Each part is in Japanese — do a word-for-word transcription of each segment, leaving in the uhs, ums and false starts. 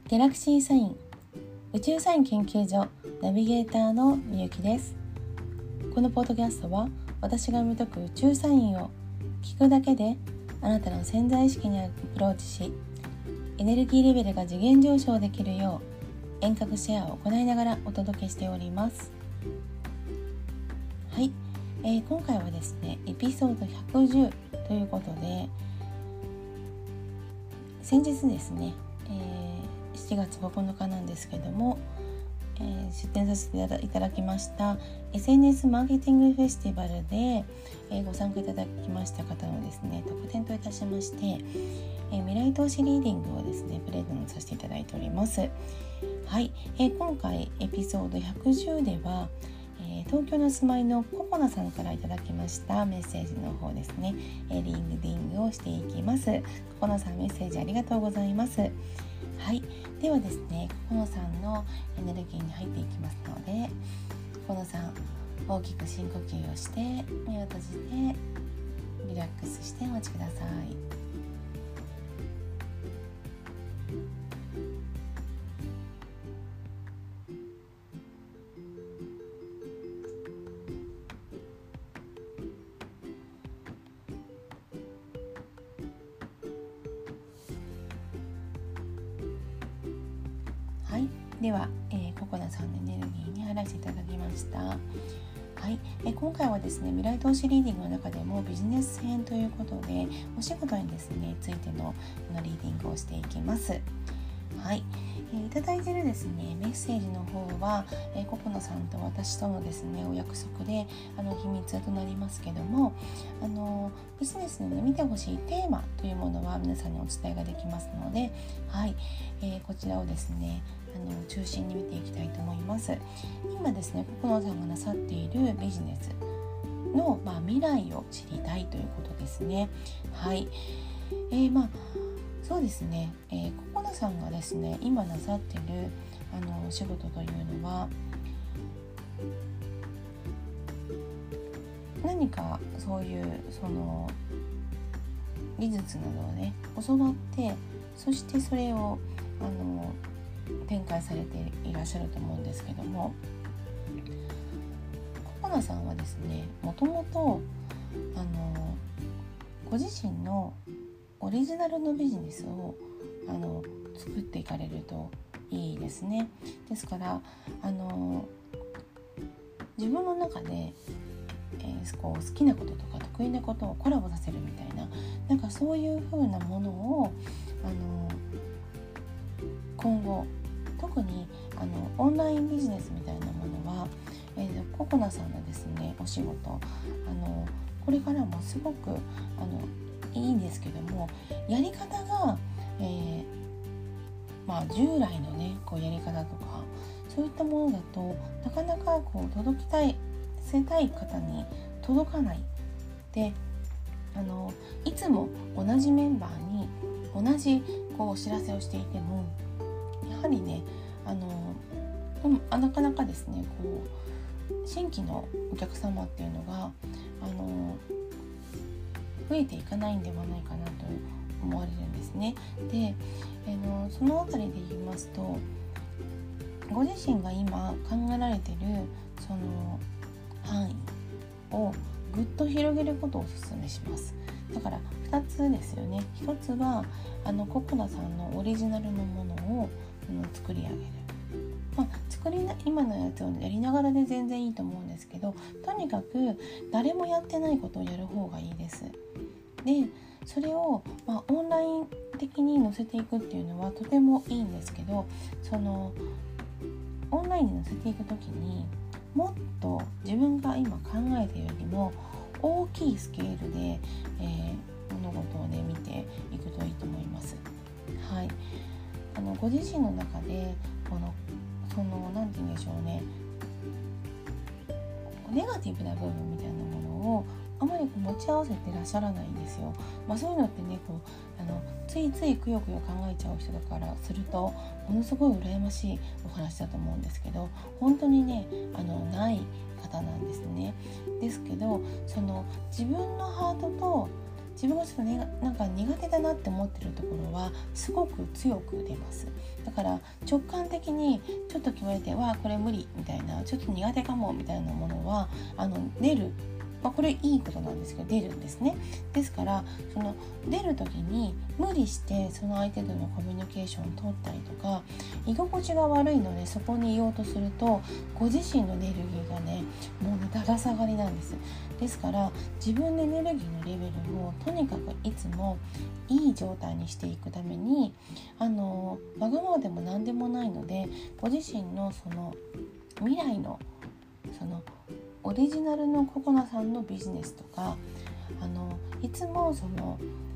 ギャラクシーサイン宇宙サイン研究所ナビゲーターのみゆきです。このポッドキャストは私が読み解く宇宙サインを聞くだけであなたの潜在意識にアプローチし、エネルギーレベルが次元上昇できるよう遠隔シェアを行いながらお届けしております。はい、えー、今回はですねエピソードひゃくじゅうということで、先日ですね、えー、しちがつここのかなんですけども、えー、出展させていただきました エスエヌエス マーケティングフェスティバルで、えー、ご参加いただきました方のですね特典といたしまして、えー、未来投資リーディングをですねプレゼントさせていただいております。はい、えー、今回エピソードひゃくじゅうでは、えー、東京の住まいのココナさんからいただきましたメッセージの方ですね、えー、リングディングをしていきます。ココナさんメッセージありがとうございます。はい、ではですねココナさんのエネルギーに入っていきますので、ココナさん大きく深呼吸をして目を閉じてリラックスしてお待ちください。はい、では、えー、ココナさんのエネルギーに入らせていただきました。はい、えー、今回はですね未来投資リーディングの中でもビジネス編ということでお仕事にですねついてのリーディングをしていきます。はい、えー、いただいているですねメッセージの方は、えー、ココナさんと私とのですねお約束であの秘密となりますけども、あのビジネスで、ね、見てほしいテーマというものは皆さんにお伝えができますので、はい、えー、こちらをですねあの中心に見ていきたいと思います。今ですねココナさんがなさっているビジネスの、まあ、未来を知りたいということですね。はい、えー、まあそうですね、えー、ココナさんがですね今なさっているあの仕事というのは何かそういうその技術などをね教わって、そしてそれをあの展開されていらっしゃると思うんですけども、ココナさんはですねもともとあのご自身のオリジナルのビジネスをあの作っていかれるといいですね。ですからあの自分の中で、えー、こう好きなこととか得意なことをコラボさせるみたいな、なんかそういう風なものをあの今後特にあのオンラインビジネスみたいなものは、えー、ココナさんのですねお仕事あのこれからもすごくあのいいんですけども、やり方が、えーまあ、従来のねこうやり方とかそういったものだとなかなかこう届きたいせたい方に届かないで、あのいつも同じメンバーに同じこうお知らせをしていてもやはりねあのなかなかですねこう新規のお客様っていうのがあの増えていかないんではないかなと思われるんですね。で、あのそのあたりで言いますと、ご自身が今考えられているその範囲をぐっと広げることをお勧めします。だからふたつですよね。ひとつはあのココナさんのオリジナルのものを作り上げる。まあ、作りな今のやつをやりながらで全然いいと思うんですけど、とにかく誰もやってないことをやる方がいいです。でそれを、まあ、オンライン的に載せていくっていうのはとてもいいんですけど、そのオンラインに載せていくときにもっと自分が今考えているよりも大きいスケールで、えー、物事をね見ていくといいと思います。はい、あのご自身の中でこのそのなんて言うんでしょうね、ネガティブな部分みたいなものをあまり持ち合わせてらっしゃらないんですよ。まあ、そういうのってねこうあのついついくよくよ考えちゃう人だからするとものすごい羨ましいお話だと思うんですけど、本当にねあのない方なんですね。ですけどその自分のハートと自分がちょっと、ね、なんか苦手だなって思ってるところはすごく強く出ます。だから直感的にちょっと言われてわあこれ無理みたいな、ちょっと苦手かもみたいなものはあの出る、まあ、これいいことなんですけど出るんですね。ですからその出る時に無理してその相手とのコミュニケーションを取ったりとか、居心地が悪いのでそこにいようとするとご自身のエネルギーがねもうねだだ下がりなんです。ですから自分のエネルギーのレベルをとにかくいつもいい状態にしていくために、あのわがままでも何でもないので、ご自身のその未来のそのオリジナルのココナさんのビジネスとか、あのいつもその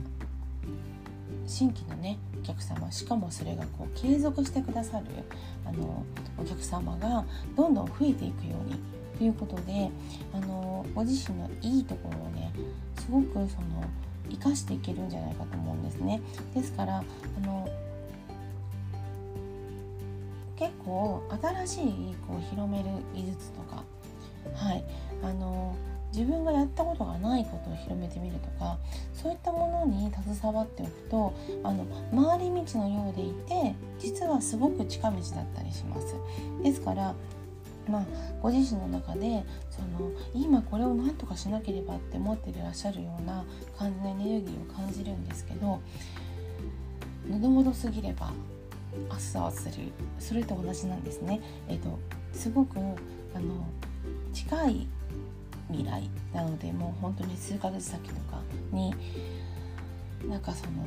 新規のねお客様、しかもそれがこう継続してくださるあのお客様がどんどん増えていくようにということで、あのご自身のいいところをねすごくその生かしていけるんじゃないかと思うんですね。ですからあの結構新しいこう広める技術とか、はい、あの自分がやったことがないことを広めてみるとか、そういったものに携わっておくと、あの回り道のようでいて実はすごく近道だったりします。ですからまあ、ご自身の中でその今これを何とかしなければって思っていらっしゃるような感じのエネルギーを感じるんですけど、喉元すぎれば暑さはする、それと同じなんですね。えっとすごくあの近い未来なので、もう本当に数ヶ月先とかになんかその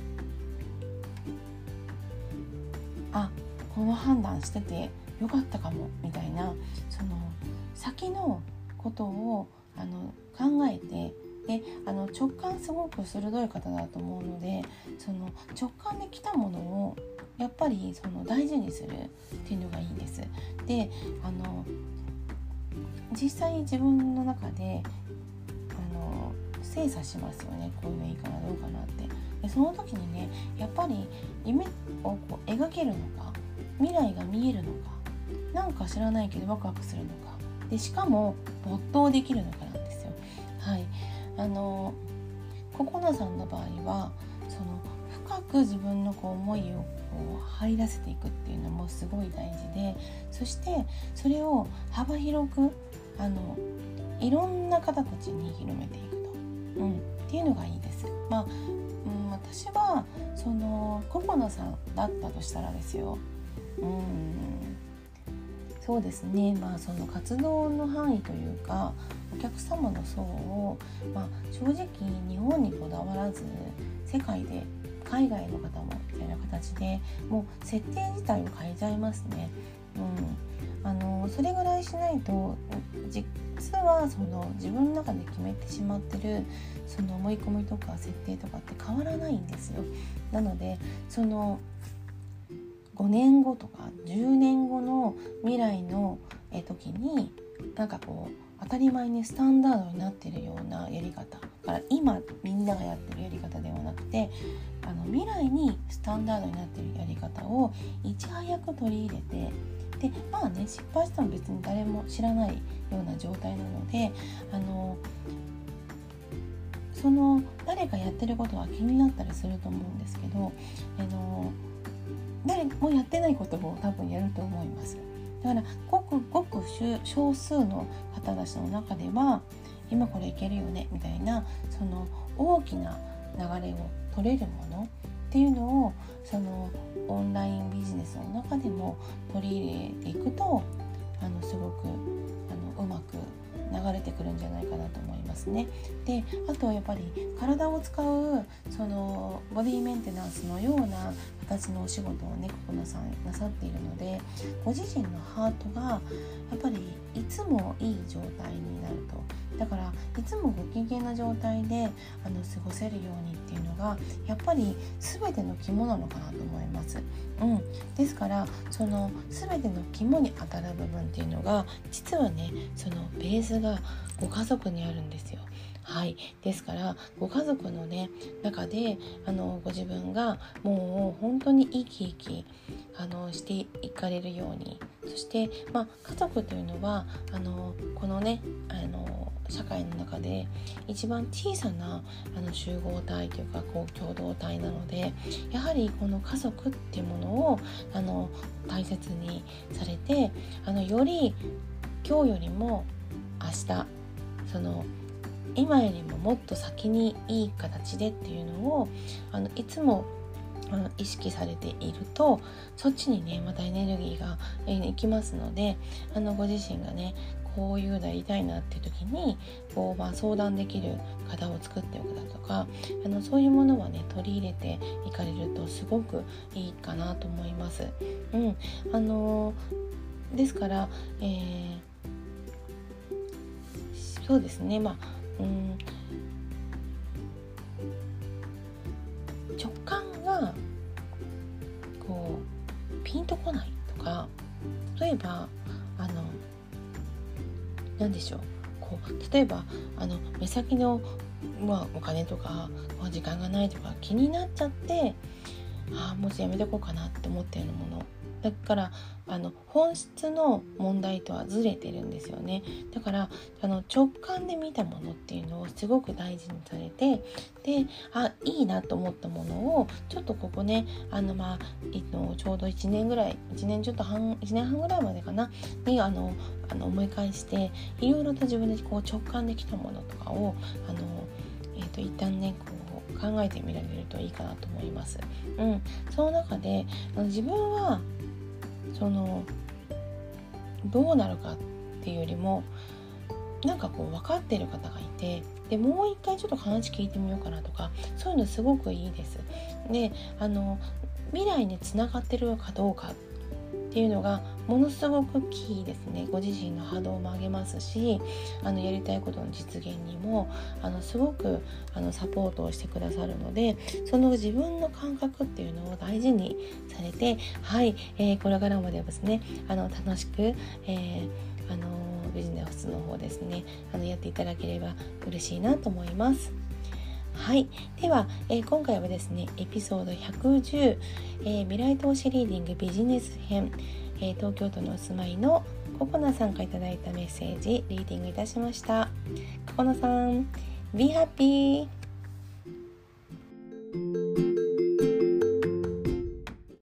あこの判断しててよかったかもみたいな、その先のことをあの考えて、であの直感すごく鋭い方だと思うので、その直感で来たものをやっぱりその大事にするっていうのがいいです。であの実際自分の中であの精査しますよね。こういうのいいかなどうかなって。でその時にねやっぱり夢をこう描けるのか、未来が見えるのか、なんか知らないけどワクワクするのかで、しかも没頭できるのかなんですよ。はい、あのココナさんの場合はその深く自分のこう思いをこう入らせていくっていうのもすごい大事で、そしてそれを幅広くあのいろんな方たちに広めていくと、うん、っていうのがいいです。まあ、うん、私はそのココナさんだったとしたらですよ、うんそうですね、まあその活動の範囲というかお客様の層を、まあ、正直日本にこだわらず世界で海外の方もみたいな形でもう設定自体を変えちゃいますね。うん、あのそれぐらいしないと実はその自分の中で決めてしまってるその思い込みとか設定とかって変わらないんですよ。なのでそのごねんごとかじゅうねんごの未来の時になんかこう当たり前にスタンダードになっているようなやり方から今みんながやってるやり方ではなくて、あの未来にスタンダードになっているやり方をいち早く取り入れて、でまあね失敗しても別に誰も知らないような状態なので、あのその誰かやってることは気になったりすると思うんですけど、あの誰もやってないことも多分やると思います。だからごくごく少数の方たちの中では今これいけるよねみたいなその大きな流れを取れるものっていうのをそのオンラインビジネスの中でも取り入れていくとあのすごくあのうまく流れてくるんじゃないかなと思いますね。で、あとやっぱり体を使うそのボディメンテナンスのような形のお仕事をねココナさんなさっているので、ご自身のハートがやっぱりいつもいい状態になると、だからいつもご機嫌な状態であの過ごせるようにっていうのがやっぱり全ての肝なのかなと思います。うん、ですからその全ての肝に当たる部分っていうのが実はねそのベースがご家族にあるんですよ。はい、ですからご家族のね中であのご自分がもう本当に生き生きあのしていかれるようにそして、まあ、家族というのはあのこのねあの社会の中で一番小さなあの集合体というかこう共同体なので、やはりこの家族っていうものをあの大切にされて、あのより今日よりも明日、その今よりももっと先にいい形でっていうのをあのいつもあの意識されていると、そっちにねまたエネルギーがいきますので、あのご自身がねこういうのやりたいなっていう時にこう、まあ、相談できる方を作っておくだとか、あのそういうものはね取り入れていかれるとすごくいいかなと思います。うん、あのー、ですから、えー、そうですね、まあ、うん、直感がこうピンとこないとか、例えばあの何でしょう、こう例えばあの目先の、まあ、お金とか、まあ、時間がないとか気になっちゃって、ああもうやめとこうかなって思っているものだからあの本質の問題とはずれてるんですよね。だからあの直感で見たものっていうのをすごく大事にされて、であいいなと思ったものをちょっとここねあの、まあ、えっと、ちょうどいちねんぐらいいちねんちょっと半いちねんはんぐらいまでかなにあのあの思い返していろいろと自分でこう直感できたものとかをあの、えっと、一旦ねこう考えてみられるといいかなと思います。うん、その中であの自分はそのどうなるかっていうよりもなんかこう分かっている方がいて、でもう一回ちょっと話聞いてみようかなとか、そういうのすごくいいです。であの未来につながってるかどうかっていうのがものすごくキーですね。ご自身の波動も上げますし、あのやりたいことの実現にもあのすごくあのサポートをしてくださるので、その自分の感覚っていうのを大事にされて、はい、えー、これからもですねあの楽しく、えー、あのビジネスの方ですねあのやっていただければ嬉しいなと思います。はい、では、えー、今回はですねエピソードひゃくじゅう、えー、未来投資リーディングビジネス編、えー、東京都にお住まいのココナさんからいただいたメッセージリーディングいたしました。ココナさん Be happy!